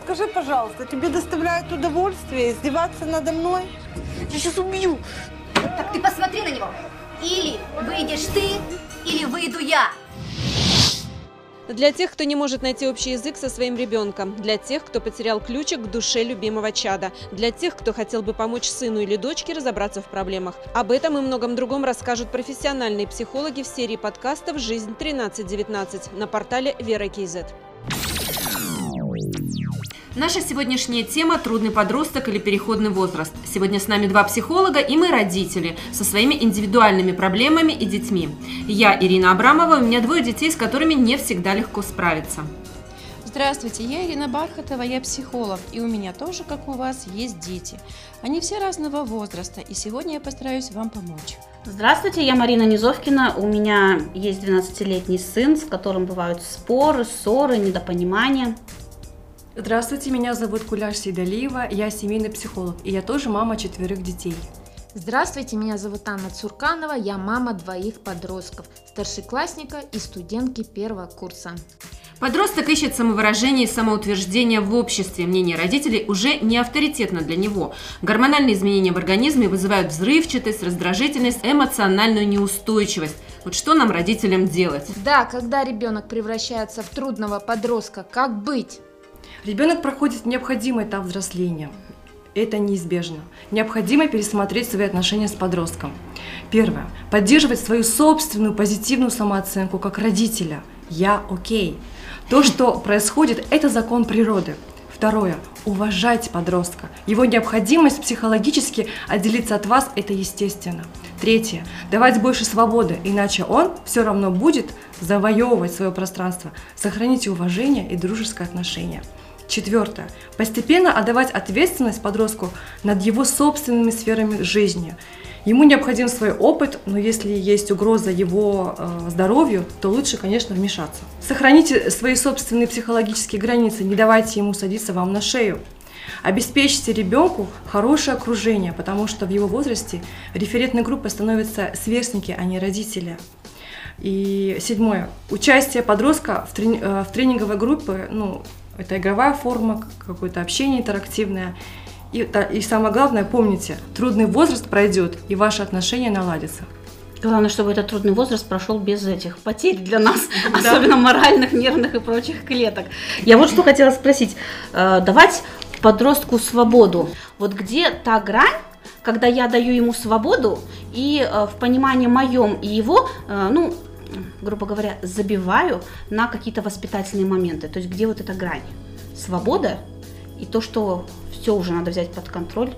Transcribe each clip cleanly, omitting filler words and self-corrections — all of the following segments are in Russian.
скажи, пожалуйста, тебе доставляет удовольствие издеваться надо мной? Я сейчас убью. Так ты посмотри на него. Или выйдешь ты, или выйду я. Для тех, кто не может найти общий язык со своим ребенком, для тех, кто потерял ключик к душе любимого чада, для тех, кто хотел бы помочь сыну или дочке разобраться в проблемах. Об этом и многом другом расскажут профессиональные психологи в серии подкастов «Жизнь 13-19» на портале Вера.кз. Наша сегодняшняя тема – трудный подросток или переходный возраст. Сегодня с нами два психолога и мы родители со своими индивидуальными проблемами и детьми. Я Ирина Абрамова, у меня двое детей, с которыми не всегда легко справиться. Здравствуйте, я Ирина Бархатова, я психолог, и у меня тоже, как у вас, есть дети. Они все разного возраста, и сегодня я постараюсь вам помочь. Здравствуйте, я Марина Низовкина, у меня есть 12-летний сын, с которым бывают споры, ссоры, недопонимания. Здравствуйте, меня зовут Куляш Сейдалиева, я семейный психолог, и я тоже мама 4 детей. Здравствуйте, меня зовут Анна Цурканова, я мама 2 подростков, старшеклассника и студентки 1-го курса. Подросток ищет самовыражение и самоутверждение в обществе. Мнение родителей уже не авторитетно для него. Гормональные изменения в организме вызывают взрывчатость, раздражительность, эмоциональную неустойчивость. Вот что нам, родителям, делать? Да, когда ребенок превращается в трудного подростка, как быть? Ребенок проходит необходимый этап взросления. Это неизбежно. Необходимо пересмотреть свои отношения с подростком. Первое. Поддерживать свою собственную позитивную самооценку как родителя. Я окей. То, что происходит, это закон природы. Второе. Уважать подростка. Его необходимость психологически отделиться от вас – это естественно. Третье. Давать больше свободы, иначе он все равно будет завоевывать свое пространство. Сохраните уважение и дружеское отношение. Четвертое. Постепенно отдавать ответственность подростку над его собственными сферами жизни. Ему необходим свой опыт, но если есть угроза его здоровью, то лучше, конечно, вмешаться. Сохраните свои собственные психологические границы, не давайте ему садиться вам на шею. Обеспечьте ребенку хорошее окружение, потому что в его возрасте референтной группой становятся сверстники, а не родители. И седьмое. Участие подростка в тренинговой группе, это игровая форма, какое-то общение интерактивное. И самое главное, помните, трудный возраст пройдет, и ваши отношения наладятся. Главное, чтобы этот трудный возраст прошел без этих потерь для нас, особенно моральных, нервных и прочих клеток. Я вот что хотела спросить. Давать подростку свободу. Вот где та грань, когда я даю ему свободу, и в понимании моем и его, грубо говоря, забиваю на какие-то воспитательные моменты. То есть где вот эта грань? Свобода и то, что все уже надо взять под контроль.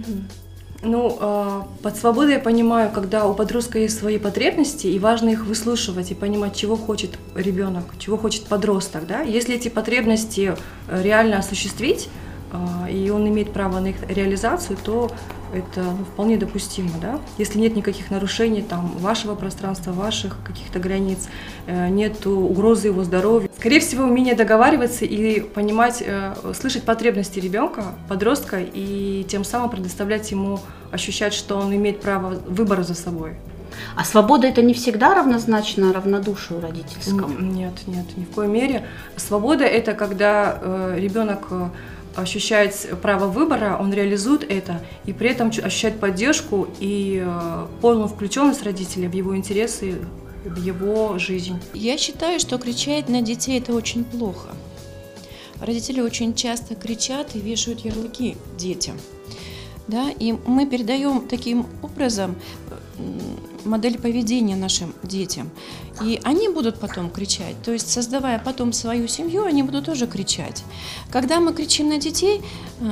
Под свободой я понимаю, когда у подростка есть свои потребности, и важно их выслушивать и понимать, чего хочет ребенок, чего хочет подросток. Да? Если эти потребности реально осуществить, и он имеет право на их реализацию, то это вполне допустимо. Да? Если нет никаких нарушений вашего пространства, ваших каких-то границ, нет угрозы его здоровью. Скорее всего, умение договариваться и понимать, слышать потребности ребенка, подростка, и тем самым предоставлять ему ощущать, что он имеет право выбора за собой. А свобода – это не всегда равнозначно равнодушию родительскому? Нет, ни в коей мере. Свобода – это когда ребенок ощущает право выбора, он реализует это, и при этом ощущает поддержку и полную включенность родителей в его интересы, в его жизнь. Я считаю, что кричать на детей – это очень плохо. Родители очень часто кричат и вешают ярлыки детям. Да? И мы передаем таким образом модель поведения нашим детям. И они будут потом кричать. То есть, создавая потом свою семью, они будут тоже кричать. Когда мы кричим на детей,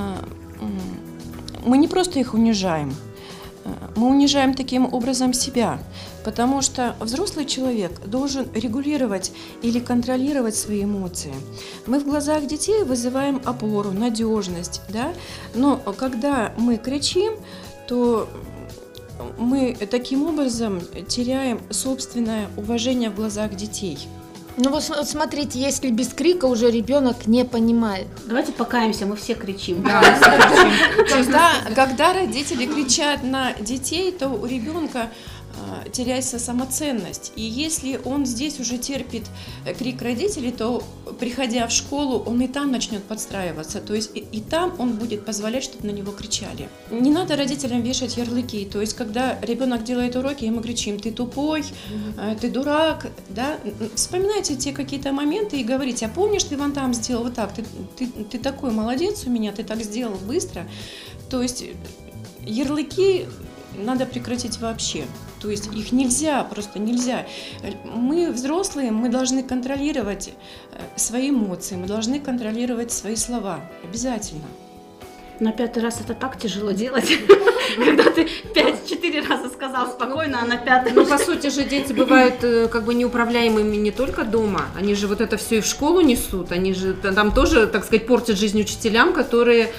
мы не просто их унижаем, мы унижаем таким образом себя. Потому что взрослый человек должен регулировать или контролировать свои эмоции. Мы в глазах детей вызываем опору, надежность, да? Но когда мы кричим, то мы таким образом теряем собственное уважение в глазах детей. Вот смотрите, если без крика уже ребенок не понимает. Давайте покаемся, мы все кричим. Когда родители кричат на детей, то у ребенка теряется самоценность. И если он здесь уже терпит крик родителей, то приходя в школу, он и там начнет подстраиваться, то есть и там он будет позволять, чтобы на него кричали. Не надо родителям вешать ярлыки, то есть когда ребенок делает уроки, ему кричим: ты тупой, ты дурак, да? Вспоминайте те какие-то моменты и говорите: а помнишь, ты вон там сделал вот так, ты такой молодец у меня, ты так сделал быстро. То есть ярлыки надо прекратить вообще. То есть их нельзя, просто нельзя. Мы, взрослые, мы должны контролировать свои эмоции, мы должны контролировать свои слова. Обязательно. На 5-й раз это так тяжело делать, когда ты 5-4 раза сказал спокойно, а на 5-й... Ну, по сути же, дети бывают как бы неуправляемыми не только дома, они же вот это все и в школу несут, они же там тоже, так сказать, портят жизнь учителям, которые,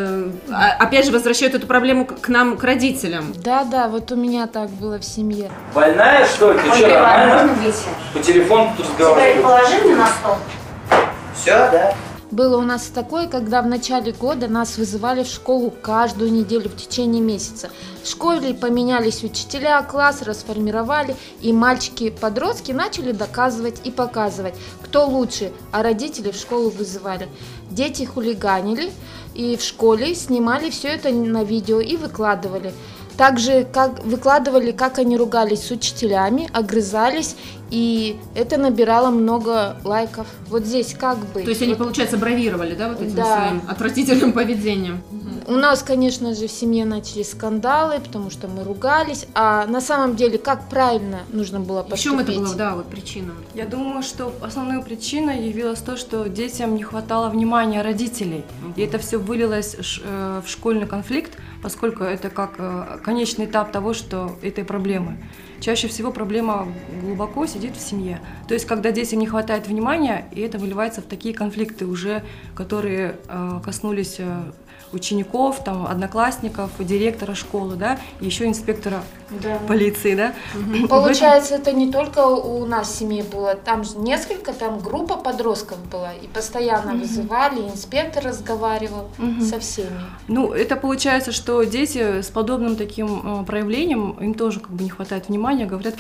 опять же, возвращают эту проблему к нам, к родителям. Да, вот у меня так было в семье. Больная, что ли? Ты что, нормально? По телефону тут разговариваешь? Положи мне на стол. Все, да? Было у нас такое, когда в начале года нас вызывали в школу каждую неделю в течение месяца. В школе поменялись учителя, класс расформировали, и мальчики-подростки начали доказывать и показывать, кто лучше, а родители в школу вызывали. Дети хулиганили, и в школе снимали все это на видео и выкладывали. Также выкладывали, как они ругались с учителями, огрызались, и это набирало много лайков. Вот здесь как бы... То есть они, получается, бравировали, да, вот этим Да. своим отвратительным поведением? У нас, конечно же, в семье начались скандалы, потому что мы ругались, а на самом деле, как правильно нужно было В поступить? чем это было, да, вот причина? Я думаю, что основной причиной явилось то, что детям не хватало внимания родителей. И это все вылилось в школьный конфликт, поскольку это как конечный этап того, что этой проблемы. Чаще всего проблема глубоко сидит в семье. То есть, когда детям не хватает внимания, и это выливается в такие конфликты уже, которые коснулись учеников, там, одноклассников, директора школы, да, и еще инспектора полиции, да. Получается, это не только у нас в семье было, там же несколько, там группа подростков была, и постоянно вызывали, и инспектор разговаривал со всеми. Ну, это получается, что дети с подобным таким проявлением, им тоже как бы не хватает внимания, говорят,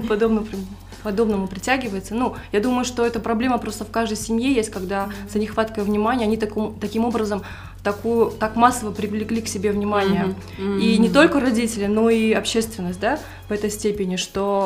подобному притягивается. Ну, я думаю, что эта проблема просто в каждой семье есть, когда за нехваткой внимания они таким образом так массово привлекли к себе внимание. И не только родители, но и общественность, да, в этой степени,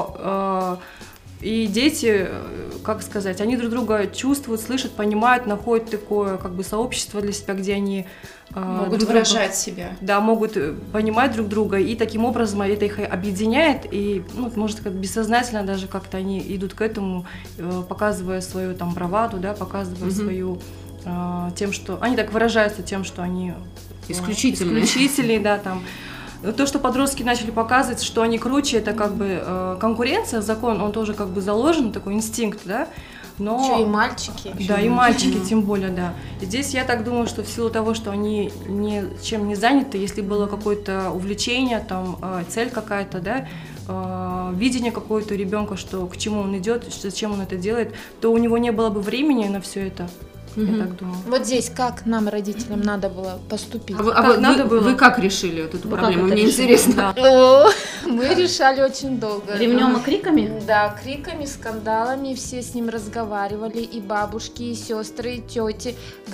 что и дети, как сказать, они друг друга чувствуют, слышат, понимают, находят такое как бы сообщество для себя, где они Могут выражать себя. Да, могут понимать друг друга, и таким образом это их объединяет, и, ну, может, как бессознательно даже как-то они идут к этому, показывая свою там браваду, да, показывая свою тем, что они так выражаются тем, что они исключительные, да, там. То, что подростки начали показывать, что они круче, это как бы конкуренция, закон, он тоже как бы заложен, такой инстинкт, да. Но... Еще и мальчики. Да, и мальчики тем более, да. И здесь я так думаю, что в силу того, что они ничем не заняты, если было какое-то увлечение, там, цель какая-то, да, видение какое-то у ребенка, что к чему он идет, зачем он это делает, то у него не было бы времени на все это. Я так думаю. Вот здесь как нам, родителям, надо было поступить? Вы как решили вот эту проблему? Мне интересно. О, мы решали очень долго. Ремнем и криками? Да, криками, скандалами, все с ним разговаривали, и бабушки, и сестры, и тети,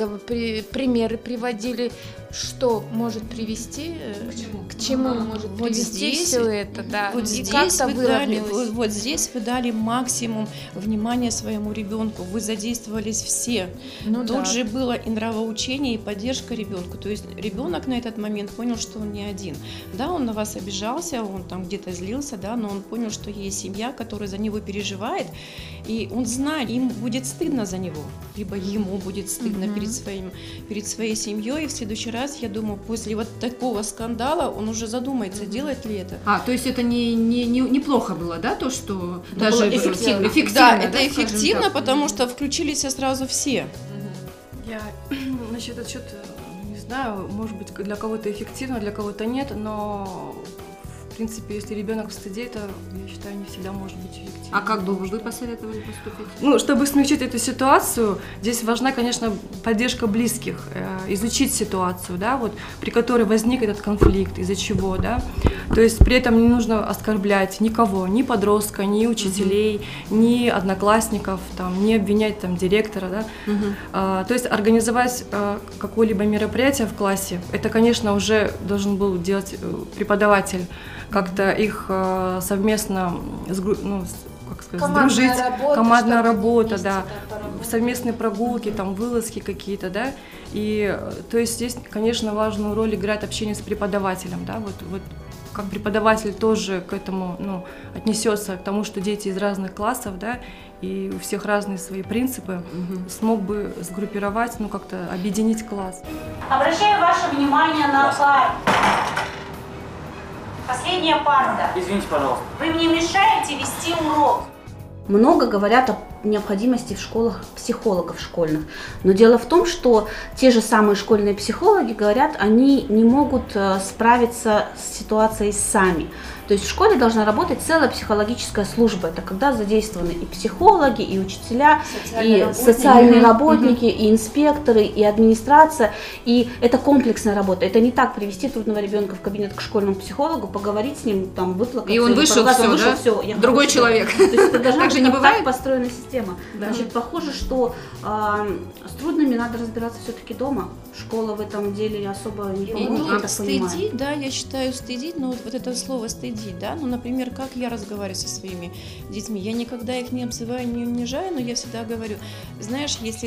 примеры приводили, что может привести, к чему может Вот привести здесь, все это, да. Вот И здесь как-то вы дали, выровнялось. вот здесь вы дали максимум внимания своему ребенку, вы задействовались все. Ну Тут да. же было и нравоучение, и поддержка ребенку. То есть ребенок на этот момент понял, что он не один. Да, он на вас обижался, он там где-то злился, да, но он понял, что есть семья, которая за него переживает, и он знает, им будет стыдно за него, либо ему будет стыдно перед своей семьей. И в следующий раз, я думаю, после вот такого скандала он уже задумается, делать ли это. То есть это неплохо было, да, то, что даже было эффективно. Да, это скажем эффективно, так. потому что включились сразу все. Я насчет отчет не знаю, может быть, для кого-то эффективно, для кого-то нет, но в принципе, если ребенок в стыде, это, я считаю, не всегда может быть эффективно. А как бы вы посоветовали поступить? Ну, чтобы смягчить эту ситуацию, здесь важна, конечно, поддержка близких, изучить ситуацию, да, вот, при которой возник этот конфликт, из-за чего, да. То есть при этом не нужно оскорблять никого, ни подростка, ни учителей, ни одноклассников, там, не обвинять там, директора, да. То есть организовать какое-либо мероприятие в классе, это, конечно, уже должен был делать преподаватель, как-то их совместно сдружить, командная работа, да, совместные прогулки, там, вылазки какие-то, да, и, то есть здесь, конечно, важную роль играет общение с преподавателем, да, вот как преподаватель тоже к этому, ну, отнесется к тому, что дети из разных классов, да, и у всех разные свои принципы, смог бы сгруппировать, ну, как-то объединить класс. Обращаю ваше внимание на парту. Последняя парта. Извините, пожалуйста. Вы мне мешаете вести урок. Много говорят о необходимости в школах психологов школьных. Но дело в том, что те же самые школьные психологи говорят, они не могут справиться с ситуацией сами. То есть в школе должна работать целая психологическая служба. Это когда задействованы и психологи, и учителя, социальные работники, и инспекторы, и администрация. И это комплексная работа. Это не так привести трудного ребенка в кабинет к школьному психологу, поговорить с ним, там, выплакаться. И он вышел, все, другой человек. То есть это должна быть так построена система. Значит, похоже, что с трудными надо разбираться все-таки дома. Школа в этом деле особо не поможет, я так понимаю. Стыдить, да, я считаю, стыдить, но вот это слово стыдить, да, ну, например, как я разговариваю со своими детьми, я никогда их не обзываю, не унижаю, но я всегда говорю, знаешь, если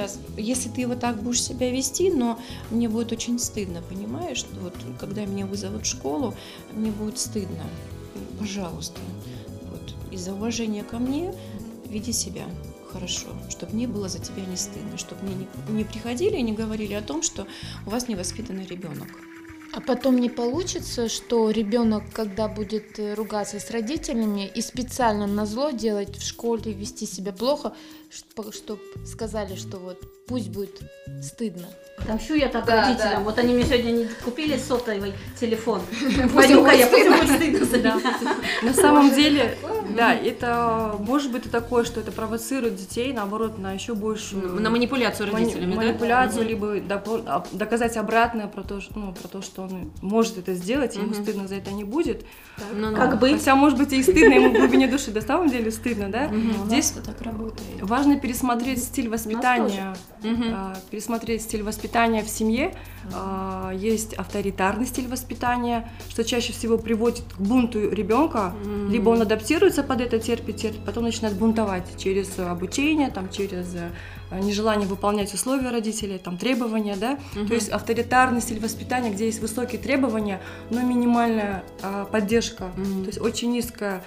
ты вот так будешь себя вести, но мне будет очень стыдно, понимаешь, вот, когда меня вызовут в школу, мне будет стыдно, пожалуйста, вот, из-за уважения ко мне веди себя хорошо, чтобы мне было за тебя не стыдно, чтобы мне не приходили и не говорили о том, что у вас невоспитанный ребенок. А потом не получится, что ребенок, когда будет ругаться с родителями и специально назло делать в школе, вести себя плохо, чтобы сказали, что вот пусть будет стыдно. Отомщу я так родителям. Да. Вот они мне сегодня не купили сотовый телефон. Пойду-ка я, пусть будет стыдно за меня. На самом деле, да, это может быть и такое, что это провоцирует детей, наоборот, на еще большую... На манипуляцию родителями, да? Манипуляцию, либо доказать обратное про то, что он может это сделать, ему стыдно за это не будет. Как быть? Хотя, может быть, и стыдно ему в глубине души, на самом деле стыдно, да? Здесь так работает. Важно пересмотреть стиль воспитания, пересмотреть стиль воспитания в семье. Есть авторитарный стиль воспитания, что чаще всего приводит к бунту ребенка. Либо он адаптируется под это, терпит, потом начинает бунтовать через обучение, там, через нежелание выполнять условия родителей, там, требования, да. То есть авторитарный стиль воспитания, где есть высокие требования, но минимальная поддержка, то есть очень низкая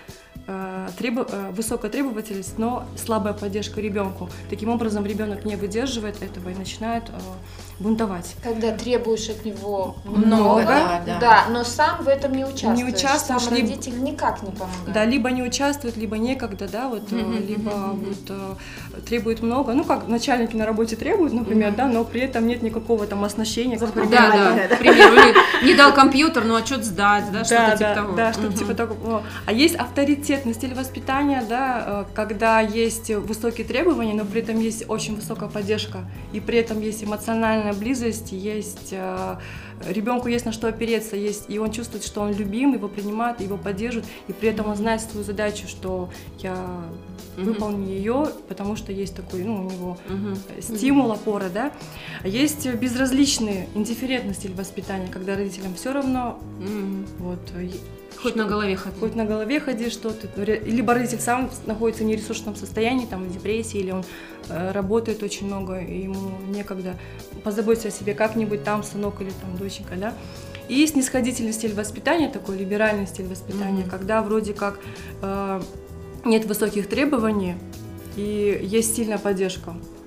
высокая требовательность, но слабая поддержка ребенку. Таким образом, ребенок не выдерживает этого и начинает бунтовать. Когда требуешь от него много, да, но сам в этом не участвуешь. Не участвуешь, сам родитель никак не помогает. Да, либо не участвует, либо некогда, да, вот, либо вот, требует много. Ну, как начальники на работе требуют, например, да, но при этом нет никакого там оснащения. Да, к примеру, не дал компьютер, ну отчет сдать, да, что-то типа того. Да, что-то типа такого. А есть авторитетный стиль воспитания, да, когда есть высокие требования, но при этом есть очень высокая поддержка, и при этом есть эмоциональная близость, есть ребенку есть на что опереться, есть, и он чувствует, что он любим, его принимают, его поддерживают, и при этом он знает свою задачу, что я выполню ее, потому что есть такой, ну, у него стимул, опора, да. Есть безразличный, индифферентный стиль воспитания, когда родителям все равно, вот. Хоть на голове ходи. Хоть на голове ходи, что ты. Либо родитель сам находится в нересурсном состоянии, там, в депрессии, или он работает очень много, и ему некогда позаботиться о себе как-нибудь там, сынок или там доченька, да. И есть снисходительный стиль воспитания, такой либеральный стиль воспитания, когда вроде как нет высоких требований и есть сильная поддержка.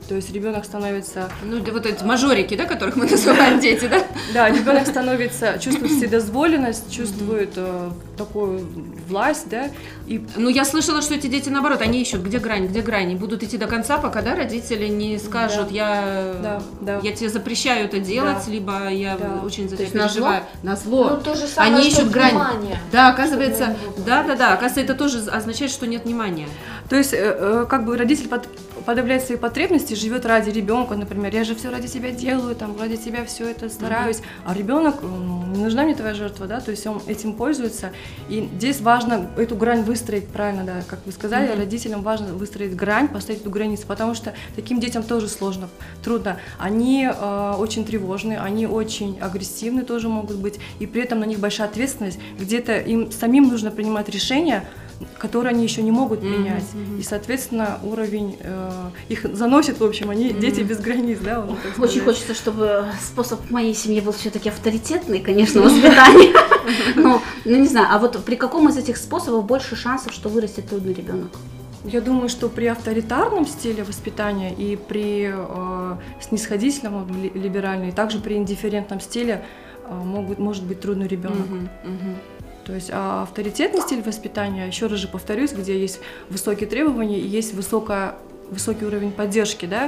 То есть ребенок становится... Ну, вот эти мажорики, да, которых мы называем дети, да? Да, ребенок становится, чувствует вседозволенность, чувствует такую власть, да. И... Ну, я слышала, что эти дети, наоборот, они ищут, где грань, будут идти до конца, пока, да, родители не скажут, я тебе запрещаю это делать, либо я очень за тебя переживаю. Назло. Ну, то же самое, они что ищут грань. внимание. Да, оказывается, оказывается, это тоже означает, что нет внимания. То есть, как бы родитель подавляет свои потребности, живет ради ребенка, например, я же все ради тебя делаю, там, ради тебя все это стараюсь, а ребенок, не нужна мне твоя жертва, да, то есть он этим пользуется, и здесь важно эту грань выстроить правильно, да, как вы сказали, родителям важно выстроить грань, поставить эту границу, потому что таким детям тоже сложно, трудно, они очень тревожны, они очень агрессивны тоже могут быть, и при этом на них большая ответственность, где-то им самим нужно принимать решения, которые они еще не могут принять. И, соответственно, уровень их заносит, в общем, они дети без границ, да? Вот, очень хочется, чтобы способ в моей семье был все-таки авторитетный, конечно, воспитание. Ну, не знаю, а вот при каком из этих способов больше шансов, что вырастет трудный ребенок? Я думаю, что при авторитарном стиле воспитания и при снисходительном, либеральном, и также при индифферентном стиле может быть трудный ребенок. То есть авторитетный стиль воспитания, еще раз же повторюсь, где есть высокие требования и есть высокий уровень поддержки, да,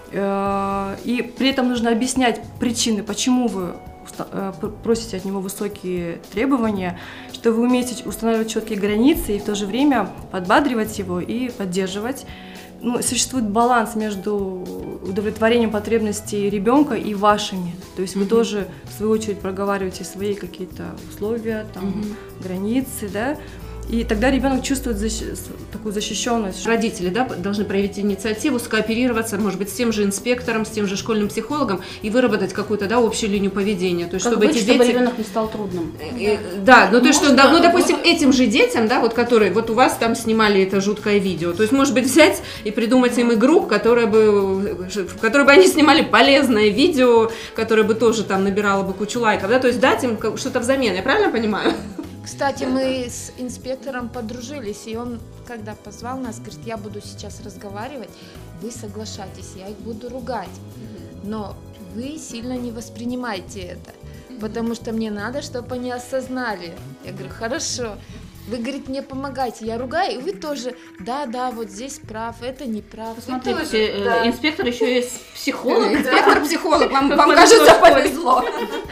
и при этом нужно объяснять причины, почему вы просите от него высокие требования, что вы умеете устанавливать четкие границы и в то же время подбадривать его и поддерживать. Ну, существует баланс между удовлетворением потребностей ребенка и вашими. То есть вы тоже, в свою очередь, проговариваете свои какие-то условия, там, границы, да. И тогда ребенок чувствует такую защищенность. Родители, да, должны проявить инициативу, скооперироваться, может быть, с тем же инспектором, с тем же школьным психологом и выработать какую-то, да, общую линию поведения. То есть, как чтобы быть, эти чтобы дети... ребенок не стал трудным. Да, ну то есть, что, да, ну, допустим, этим же детям, да, вот которые, вот у вас там снимали это жуткое видео, то есть, может быть, взять и придумать им игру, в которой бы они снимали полезное видео, которое бы тоже там набирало бы кучу лайков, да, то есть дать им что-то взамен, я правильно понимаю? Кстати, мы с инспектором подружились, и он, когда позвал нас, говорит, я буду сейчас разговаривать, вы соглашайтесь, я их буду ругать, но вы сильно не воспринимайте это, потому что мне надо, чтобы они осознали. Я говорю, хорошо. Вы, говорит, мне помогайте, я ругаю, и вы тоже, да, вот здесь прав, это не прав. Смотрите, инспектор еще есть психолог. Инспектор-психолог, вам кажется, повезло.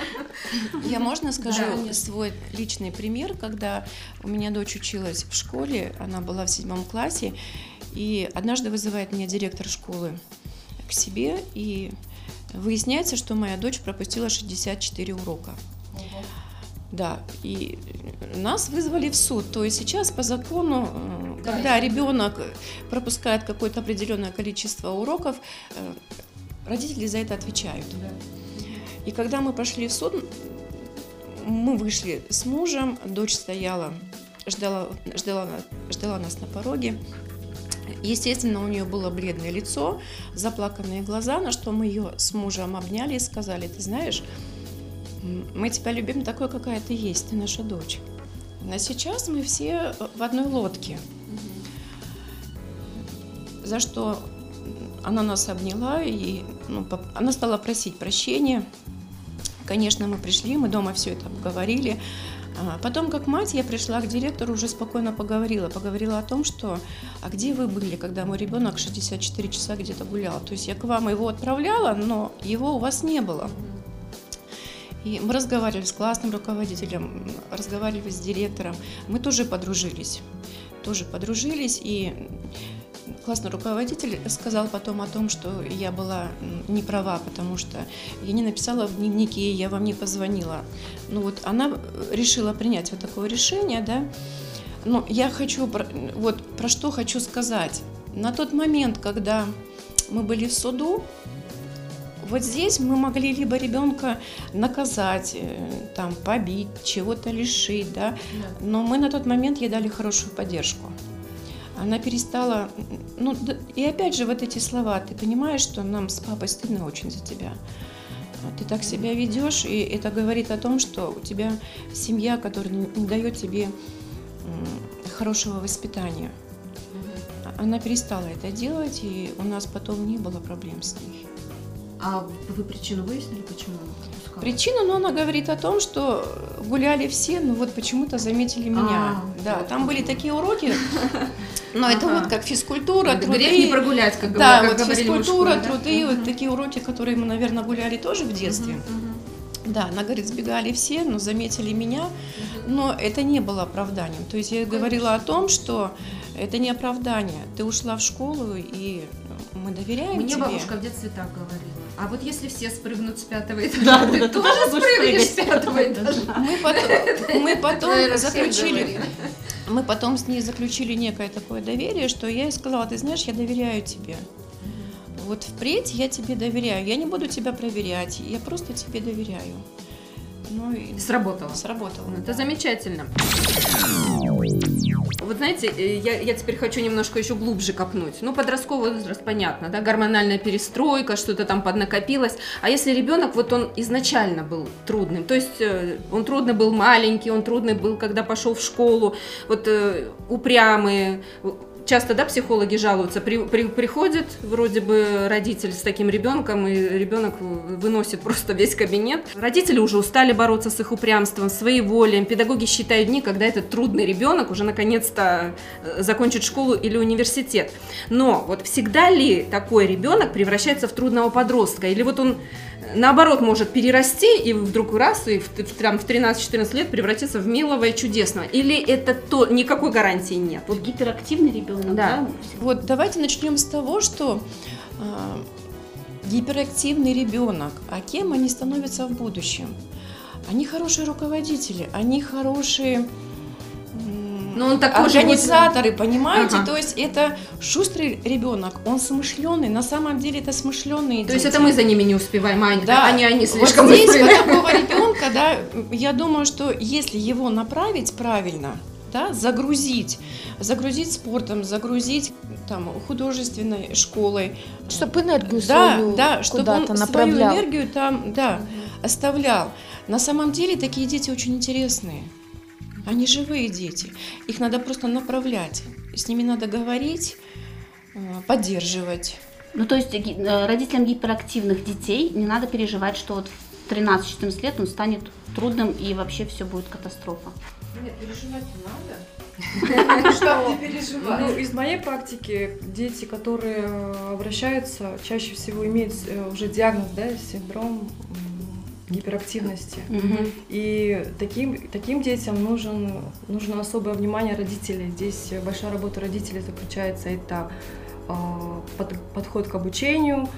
Я, можно скажу свой личный пример, когда у меня дочь училась в школе, она была в 7 классе, и однажды вызывает меня директор школы к себе, и выясняется, что моя дочь пропустила 64 урока. Да, и нас вызвали в суд. То есть сейчас по закону, когда ребенок пропускает какое-то определенное количество уроков, родители за это отвечают. И когда мы пошли в суд, мы вышли с мужем, дочь стояла, ждала нас на пороге. Естественно, у нее было бледное лицо, заплаканные глаза, на что мы ее с мужем обняли и сказали, ты знаешь, мы тебя любим такой, какая ты есть, ты наша дочь. Но сейчас мы все в одной лодке. За что она нас обняла, и она стала просить прощения. Конечно, мы пришли, мы дома все это обговорили. Потом, как мать, я пришла к директору, уже спокойно поговорила о том, что, а где вы были, когда мой ребенок 64 часа где-то гулял? То есть я к вам его отправляла, но его у вас не было. И мы разговаривали с классным руководителем, разговаривали с директором. Мы тоже подружились, и классный руководитель сказал потом о том, что я была не права, потому что я не написала в дневнике, я вам не позвонила. Ну вот она решила принять вот такое решение, да. Но я хочу, вот про что хочу сказать. На тот момент, когда мы были в суду, вот здесь мы могли либо ребенка наказать, там, побить, чего-то лишить, да, но мы на тот момент ей дали хорошую поддержку. Она перестала, и опять же вот эти слова, ты понимаешь, что нам с папой стыдно очень за тебя. Ты так себя ведешь, и это говорит о том, что у тебя семья, которая не дает тебе хорошего воспитания. она перестала это делать, и у нас потом не было проблем с ней. А вы причину выяснили, почему она пропускала? Причина, но она говорит о том, что гуляли все, но вот почему-то заметили меня. Да, там были такие уроки, но это вот как физкультура, труды. Грех не прогулять, как да, говорили, вот физкультура, в школе, труды, вот такие уроки, которые мы, наверное, гуляли тоже в детстве. Да, она говорит, сбегали все, но заметили меня, но это не было оправданием. То есть я говорила о том, что это не оправдание. Ты ушла в школу, и мы доверяем Мне тебе. бабушка в детстве так говорила. А вот если все спрыгнут с 5-го этажа, ты тоже спрыгнешь с 5-го этажа? Мы потом с ней заключили некое такое доверие, что я ей сказала, ты знаешь, я доверяю тебе. Вот впредь я тебе доверяю, я не буду тебя проверять, я просто тебе доверяю. Ну и Сработало. Сработало. Это замечательно. Вот знаете, я теперь хочу немножко еще глубже копнуть. Ну, подростковый возраст, понятно, да, гормональная перестройка, что-то там поднакопилось. А если ребенок, вот он изначально был трудным, то есть он трудный был маленький, он трудный был, когда пошел в школу, вот упрямый. Часто, да, психологи жалуются, приходит вроде бы родитель с таким ребенком, и ребенок выносит просто весь кабинет. Родители уже устали бороться с их упрямством, своеволием. Педагоги считают дни, когда этот трудный ребенок уже наконец-то закончит школу или университет. Но вот всегда ли такой ребенок превращается в трудного подростка? Или вот он наоборот может перерасти и вдруг раз и в 13-14 лет превратиться в милого и чудесного? Или это никакой гарантии нет? Вот гиперактивный ребенок, да? Вот давайте начнем с того, что гиперактивный ребенок, а кем они становятся в будущем? Они хорошие руководители, они хорошие он такой организаторы, понимаете? Ага. То есть это шустрый ребенок, он смышленый, на самом деле это смышленые дети. То есть это мы за ними не успеваем, да. они слишком вот здесь быстрые. вот такого ребенка, да, я думаю, что если его направить правильно, да, загрузить спортом, загрузить там художественной школой, чтобы энергию свою чтобы он свою энергию там, оставлял. На самом деле такие дети очень интересные. Они живые дети. Их надо просто направлять. С ними надо говорить, поддерживать. Ну, то есть родителям гиперактивных детей не надо переживать, что вот в 13-14 лет он станет трудным и вообще все будет катастрофа. Нет, переживать-то надо. Что ты переживаешь? Ну, из моей практики дети, которые обращаются, чаще всего имеют уже диагноз, да, синдром гиперактивности. И таким детям нужно особое внимание родителей. Здесь большая работа родителей заключается. Это подход к обучению,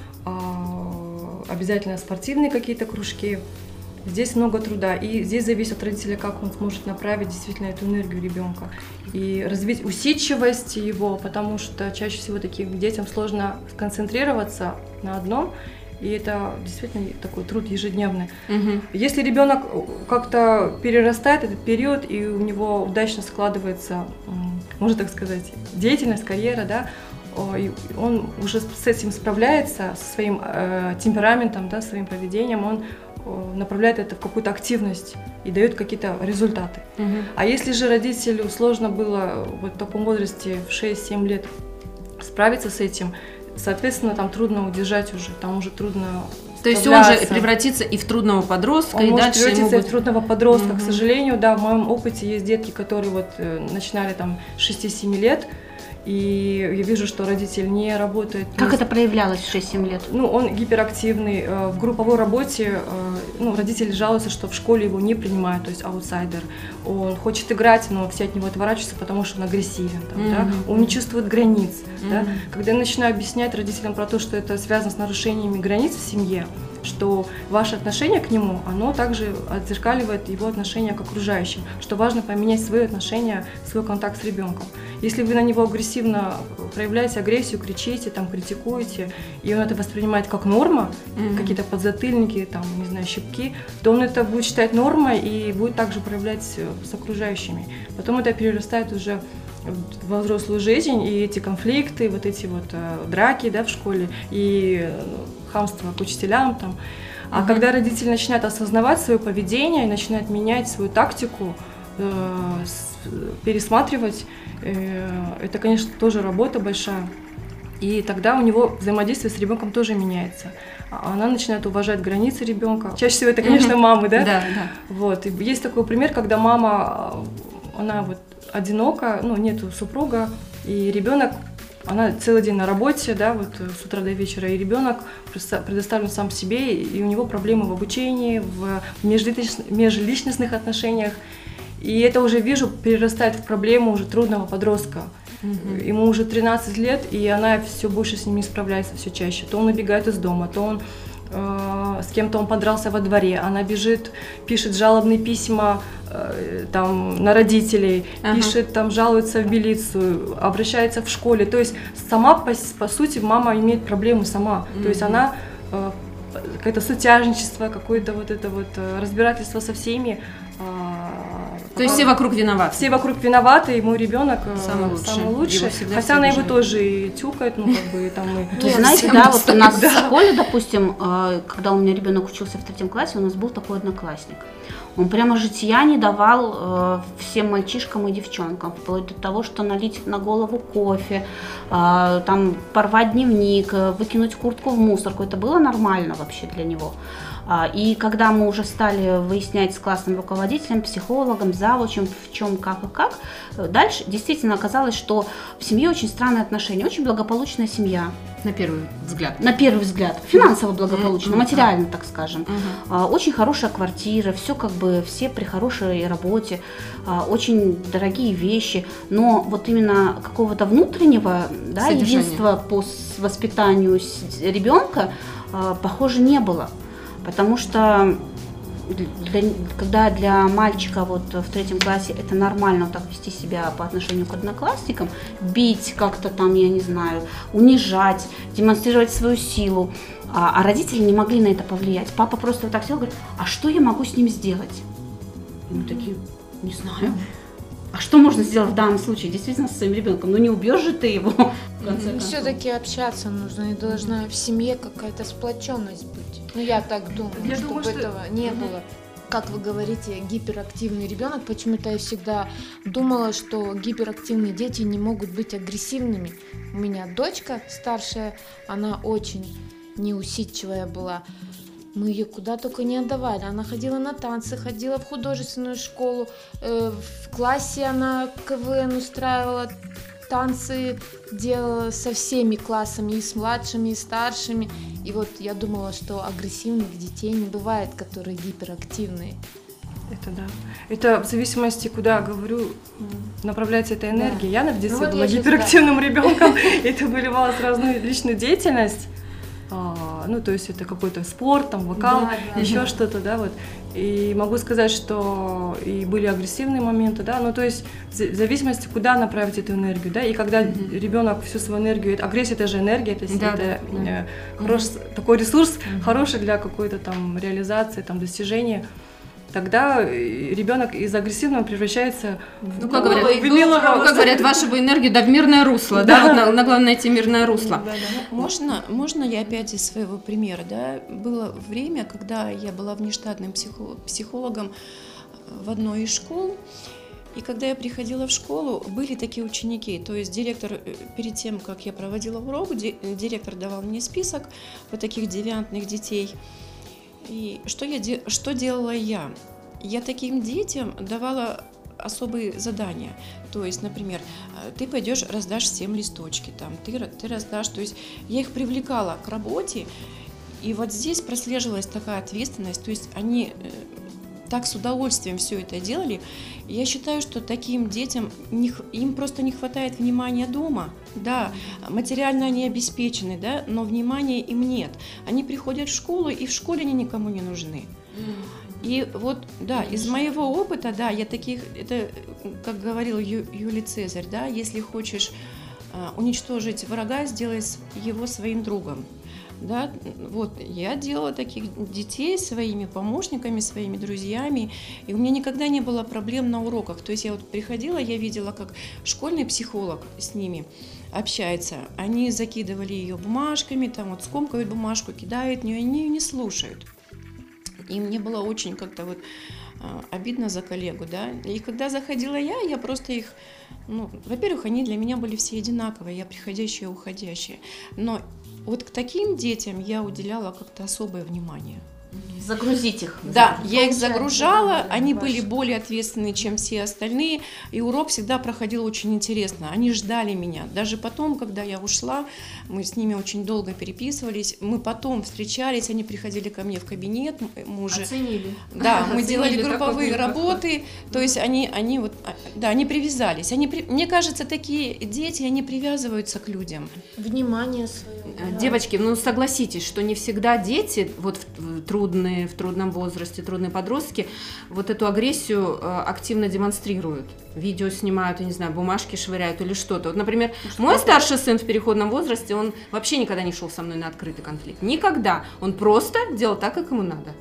обязательно спортивные какие-то кружки. Здесь много труда, и здесь зависит от родителя, как он сможет направить действительно эту энергию ребенка и развить усидчивость его, потому что чаще всего таким детям сложно сконцентрироваться на одном. И это действительно такой труд ежедневный. Если ребенок как-то перерастает этот период, и у него удачно складывается, можно так сказать, деятельность, карьера, да, и он уже с этим справляется, со своим темпераментом, да, своим поведением, он направляет это в какую-то активность и дает какие-то результаты. А если же родителю сложно было вот в таком возрасте, в 6-7 лет, справиться с этим, соответственно, там трудно удержать уже, там уже трудно. То есть он же превратится и в трудного подростка, он и может дальше превратиться ему и в трудного подростка. К сожалению, да, в моем опыте есть детки, которые вот начинали там 6-7 лет, и я вижу, что родитель не работает. Как это проявлялось в 6-7 лет? Ну, он гиперактивный. В групповой работе родители жалуются, что в школе его не принимают, то есть аутсайдер. Он хочет играть, но все от него отворачиваются, потому что он агрессивен. Там, да? Он не чувствует границ. Да? Когда я начинаю объяснять родителям про то, что это связано с нарушениями границ в семье, что ваше отношение к нему, оно также отзеркаливает его отношение к окружающим, что важно поменять свои отношения, свой контакт с ребенком. Если вы на него агрессивно проявляете агрессию, кричите, там, критикуете, и он это воспринимает как норма, какие-то подзатыльники, там, не знаю, щипки, то он это будет считать нормой и будет также проявлять с окружающими. Потом это перерастает уже во взрослую жизнь, и эти конфликты, вот эти вот драки, да, в школе, и хамство к учителям там. А когда родители начинают осознавать свое поведение и начинают менять свою тактику, пересматривать. Это, конечно, тоже работа большая. И тогда у него взаимодействие с ребенком тоже меняется. Она начинает уважать границы ребенка. Чаще всего это, конечно, мамы, да? Да. Вот. И есть такой пример, когда мама, она вот одинока, ну, нету супруга, и ребенок, она целый день на работе, да, вот с утра до вечера, и ребенок предоставлен сам себе, и у него проблемы в обучении, в межличностных отношениях. И это уже, вижу, перерастает в проблему уже трудного подростка. Ему уже 13 лет, и она все больше с ним не справляется, все чаще. То он убегает из дома, то он с кем-то он подрался во дворе, она бежит, пишет жалобные письма там, на родителей, пишет, там, жалуется в милицию, обращается в школе. То есть сама, по сути, мама имеет проблему сама. То есть она какое-то сутяжничество, какое-то вот это вот разбирательство со всеми. То есть все вокруг виноваты? Все вокруг виноваты, и мой ребенок самый Его лучший. Хотя она его тоже и тюкает, ну как бы там и... Ну, знаете, да, вот у нас в школе, допустим, когда у меня ребенок учился в 3 классе, у нас был такой одноклассник. Он прямо житья не давал всем мальчишкам и девчонкам, вплоть до того, что налить на голову кофе, там порвать дневник, выкинуть куртку в мусорку. Это было нормально вообще для него. И когда мы уже стали выяснять с классным руководителем, психологом, завучем, в чем, как и как, дальше действительно оказалось, что в семье очень странные отношения, очень благополучная семья. На первый взгляд. На первый взгляд. Финансово благополучно, материально, так скажем. Очень хорошая квартира, все как бы, все при хорошей работе, очень дорогие вещи, но вот именно какого-то внутреннего, да, единства по воспитанию ребенка, похоже, не было. Потому что когда для мальчика вот в 3 классе это нормально вот так вести себя по отношению к одноклассникам, бить как-то там, я не знаю, унижать, демонстрировать свою силу, а родители не могли на это повлиять. Папа просто вот так сел и говорит: а что я могу с ним сделать? И мы такие: не знаю. А что можно сделать в данном случае действительно со своим ребенком? Ну не убьешь же ты его. Все-таки общаться нужно, и должна в семье какая-то сплоченность быть. Ну я так думаю, чтобы этого не было. Как вы говорите, гиперактивный ребенок, почему-то я всегда думала, что гиперактивные дети не могут быть агрессивными. У меня дочка старшая, она очень неусидчивая была. Мы ее куда только не отдавали. Она ходила на танцы, ходила в художественную школу. В классе она КВН устраивала, танцы делала со всеми классами, и с младшими, и старшими. И вот я думала, что агрессивных детей не бывает, которые гиперактивные. Это да. Это в зависимости, куда, говорю, направляется эта энергия. Да. Я в детстве была гиперактивным ребенком, это выливалось в разную личную деятельность. Ну, то есть это какой-то спорт, там, вокал, еще что-то, да, вот. И могу сказать, что и были агрессивные моменты, да, ну, то есть в зависимости, куда направить эту энергию, да, и когда ребенок всю свою энергию, агрессия — это же энергия, это такой ресурс хороший для какой-то там реализации, там, достижения. Тогда ребенок из агрессивного превращается в говорят, вашу энергию, да, в мирное русло, да, вот на главное найти мирное русло. Можно я опять из своего примера, да? Было время, когда я была внештатным психологом в одной из школ, и когда я приходила в школу, были такие ученики, то есть директор, перед тем, как я проводила урок, директор давал мне список вот таких девиантных детей. И что делала я? Я таким детям давала особые задания. То есть, например, ты пойдешь, раздашь всем листочки, там, ты раздашь. То есть я их привлекала к работе, и вот здесь прослеживалась такая ответственность. То есть они так с удовольствием все это делали. Я считаю, что таким детям им просто не хватает внимания дома. Да, материально они обеспечены, да, но внимания им нет. Они приходят в школу, и в школе они никому не нужны. И вот, да, из моего опыта, да, я таких, это, как говорил Юлий Цезарь, да, если хочешь уничтожить врага, сделай его своим другом. Да, вот я делала таких детей своими помощниками, своими друзьями, и у меня никогда не было проблем на уроках. То есть я вот приходила, я видела, как школьный психолог с ними общается. Они закидывали ее бумажками, там вот скомкают бумажку, кидают в нее, они ее не слушают. И мне было очень как-то вот обидно за коллегу, да. И когда заходила я просто их, ну, во-первых, они для меня были все одинаковые, я приходящая и уходящая. Но вот к таким детям я уделяла как-то особое внимание. Загрузить их. Да, я их загружала, они были более ответственны, чем все остальные, и урок всегда проходил очень интересно. Они ждали меня. Даже потом, когда я ушла, мы с ними очень долго переписывались, мы потом встречались, они приходили ко мне в кабинет, мы уже... Оценили. Да, мы Оценили делали групповые такой работы, то есть они вот, да, они привязались. Мне кажется, такие дети, они привязываются к людям. Внимание свое. Девочки, ну согласитесь, что не всегда дети вот в трудном возрасте, трудные подростки вот эту агрессию активно демонстрируют. Видео снимают, я не знаю, бумажки швыряют или что-то. Вот, например, мой старший сын в переходном возрасте, он вообще никогда не шел со мной на открытый конфликт. Никогда. Он просто делал так, как ему надо.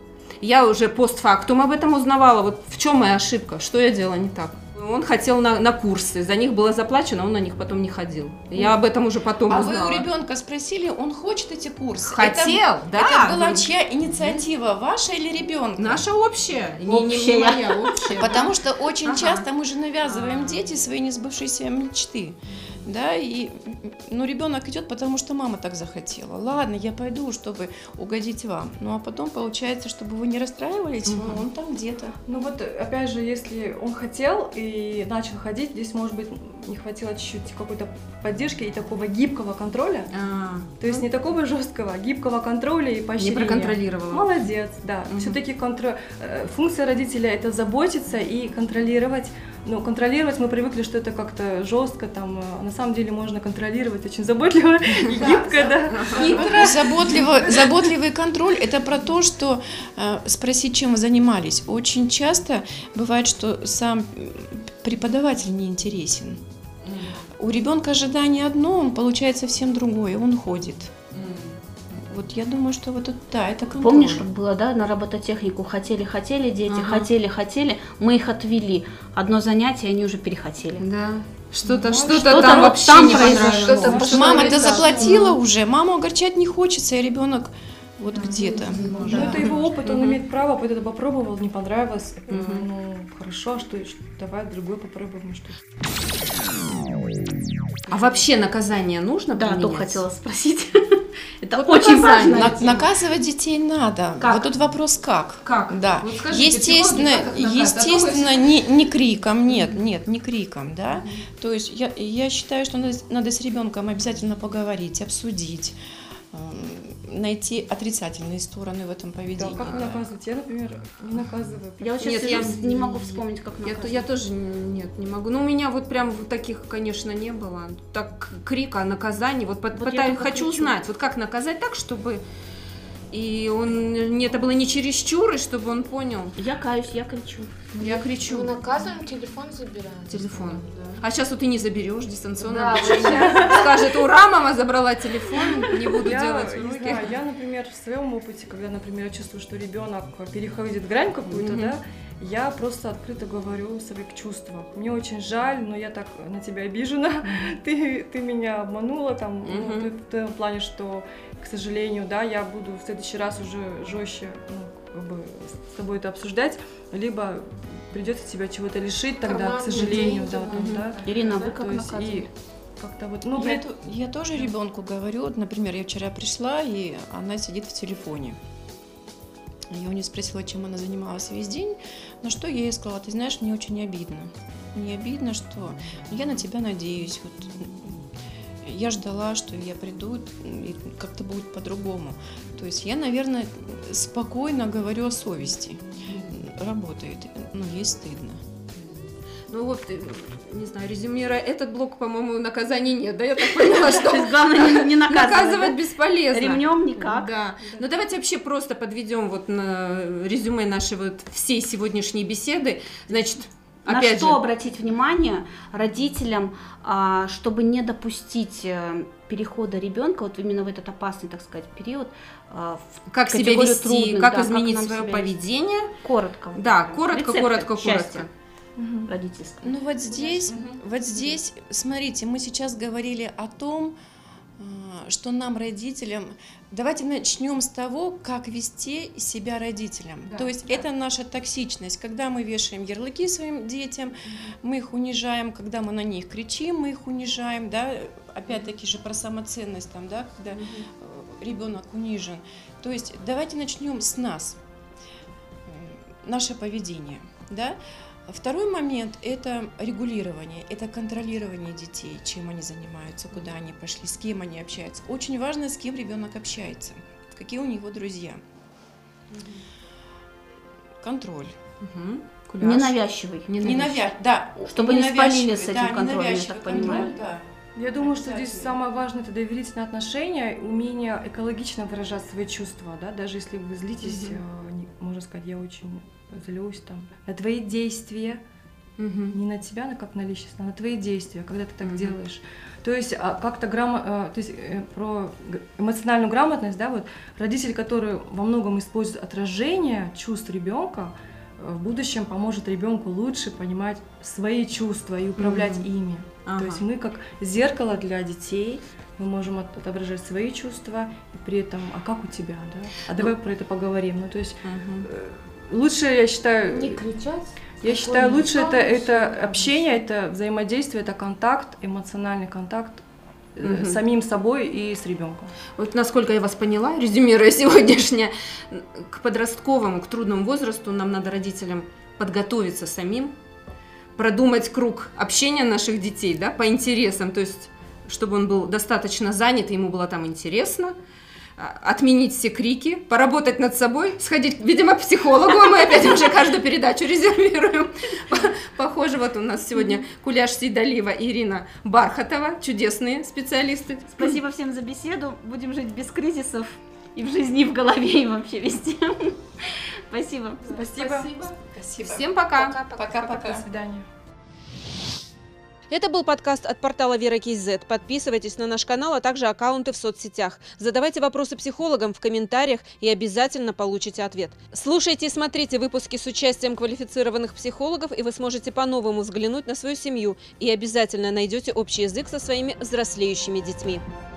Я уже постфактум об этом узнавала. Вот в чем моя ошибка, что я делала не так. Он хотел на курсы, за них было заплачено, он на них потом не ходил. Я об этом уже потом узнала. А вы у ребенка спросили, он хочет эти курсы? Хотел, да. Это была чья инициатива, ваша или ребенка? Наша общая, не моя, общая. Потому что очень часто мы же навязываем дети свои несбывшиеся мечты. Да, и ребенок идет, потому что мама так захотела. Ладно, я пойду, чтобы угодить вам. Ну а потом получается, чтобы вы не расстраивались, он там где-то. Ну вот, опять же, если он хотел и начал ходить, здесь, может быть, не хватило чуть-чуть какой-то поддержки и такого гибкого контроля. То есть не такого жесткого, а гибкого контроля и поощрения. Не проконтролировала. Молодец, да. Все-таки функция родителя — это заботиться и контролировать. Но контролировать мы привыкли, что это как-то жестко, там, на самом деле можно контролировать очень заботливо и гибко, да. Заботливый контроль — это про то, что спросить, чем вы занимались. Очень часто бывает, что сам преподаватель не интересен. У ребенка ожидание одно, он получает совсем другое, он ходит. Вот я думаю, что вот это, да, это контроль. Помнишь, как было, да, на робототехнику хотели дети, хотели, мы их отвели. Одно занятие, они уже перехотели. Да. Что-то там вообще там не понравилось. Мама-то заплатила уже, маму огорчать не хочется, и ребенок вот где-то. Ну, это его опыт, он имеет право, это попробовал, не понравилось. Ну, хорошо, что давай другой попробуем. А вообще наказание нужно применять? Да, только хотела спросить. Это вот очень важно. Наказывать детей надо. Как? Вот тут вопрос как. Как? Да. Вот скажите, естественно, не криком, нет, не криком, да. То есть я считаю, что надо с ребенком обязательно поговорить, обсудить, найти отрицательные стороны в этом поведении. Да, как вы наказываете? Я, например, не наказываю. Я сейчас не могу вспомнить, как наказывать. Я тоже не могу. Ну, у меня вот прям таких, конечно, не было. Так крика, наказаний. Вот хочу узнать, вот как наказать так, чтобы и это было не чересчур, и чтобы он понял. Я каюсь, я кричу. Я кричу. Мы наказываем, телефон забираем. Телефон. Да. А сейчас вот ты не заберешь дистанционное обучение. Скажет, ура, мама забрала телефон, не буду делать уроки. Не знаю, я, например, в своем опыте, когда, например, я чувствую, что ребенок переходит грань какую-то, да, я просто открыто говорю о своих чувствах. Мне очень жаль, но я так на тебя обижена. Ты меня обманула там, в том плане, что, к сожалению, да, я буду в следующий раз уже жестче с тобой это обсуждать, либо придется тебя чего-то лишить тогда, к сожалению, да. Ирина, вы как наказываете? Как-то вот, я тоже ребенку говорю, например, я вчера пришла, и она сидит в телефоне. Я у нее спросила, чем она занималась весь день, на что я ей сказала: ты знаешь, мне очень обидно. Мне обидно, что я на тебя надеюсь. Вот, я ждала, что я приду, и как-то будет по-другому. То есть я, наверное, спокойно говорю о совести. Работает, но ей стыдно. Ну вот, не знаю, резюмируя этот блок, по-моему, наказаний нет, да? Я так поняла, что главное не наказывать бесполезно. Ремнем никак. Да. Ну давайте вообще просто подведем вот на резюме нашей вот всей сегодняшней беседы. Значит, опять на что обратить внимание родителям, чтобы не допустить перехода ребенка вот именно в этот опасный, так сказать, период, как себя вести, как изменить свое поведение. Коротко. Да, коротко. Родительское. Ну вот здесь, смотрите, мы сейчас говорили о том, что нам, родителям, давайте начнем с того, как вести себя родителям. То есть это наша токсичность, когда мы вешаем ярлыки своим детям, мы их унижаем, когда мы на них кричим, мы их унижаем, да, опять-таки же про самоценность, там, да, когда ребенок унижен. То есть давайте начнем с нас, наше поведение, да. Второй момент – это регулирование, это контролирование детей, чем они занимаются, куда они пошли, с кем они общаются. Очень важно, с кем ребенок общается, какие у него друзья. Контроль. Ненавязчивый. Да. Чтобы не спалили с этим контролем, я так понимаю. Да. Я думаю, что здесь самое важное – это доверительные отношения, умение экологично выражать свои чувства, да, даже если вы злитесь, можно сказать, я очень злюсь там, на твои действия, не на тебя, как на личность, а на твои действия, когда ты так делаешь. То есть как-то про эмоциональную грамотность, да, вот родитель, который во многом использует отражение чувств ребенка, в будущем поможет ребенку лучше понимать свои чувства и управлять ими. То есть мы как зеркало для детей, мы можем отображать свои чувства, и при этом, а как у тебя, да? А давай про это поговорим. Ну, то есть лучше, я считаю... Не кричать. Я считаю, лучше это общение, это взаимодействие, это контакт, эмоциональный контакт с самим собой и с ребенком. Вот насколько я вас поняла, резюмируя сегодняшнее, к подростковому, к трудному возрасту нам надо родителям подготовиться самим, продумать круг общения наших детей, да, по интересам, то есть чтобы он был достаточно занят, и ему было там интересно, отменить все крики, поработать над собой, сходить, видимо, к психологу, а мы опять уже каждую передачу резервируем. Похоже, вот у нас сегодня Куляш Сейдалиева и Ирина Бархатова, чудесные специалисты. Спасибо всем за беседу. Будем жить без кризисов и в жизни, и в голове, и вообще везде. Спасибо. Спасибо. Всем пока. Пока-пока. До свидания. Это был подкаст от портала Вера KZ. Подписывайтесь на наш канал, а также аккаунты в соцсетях. Задавайте вопросы психологам в комментариях и обязательно получите ответ. Слушайте и смотрите выпуски с участием квалифицированных психологов, и вы сможете по-новому взглянуть на свою семью и обязательно найдете общий язык со своими взрослеющими детьми.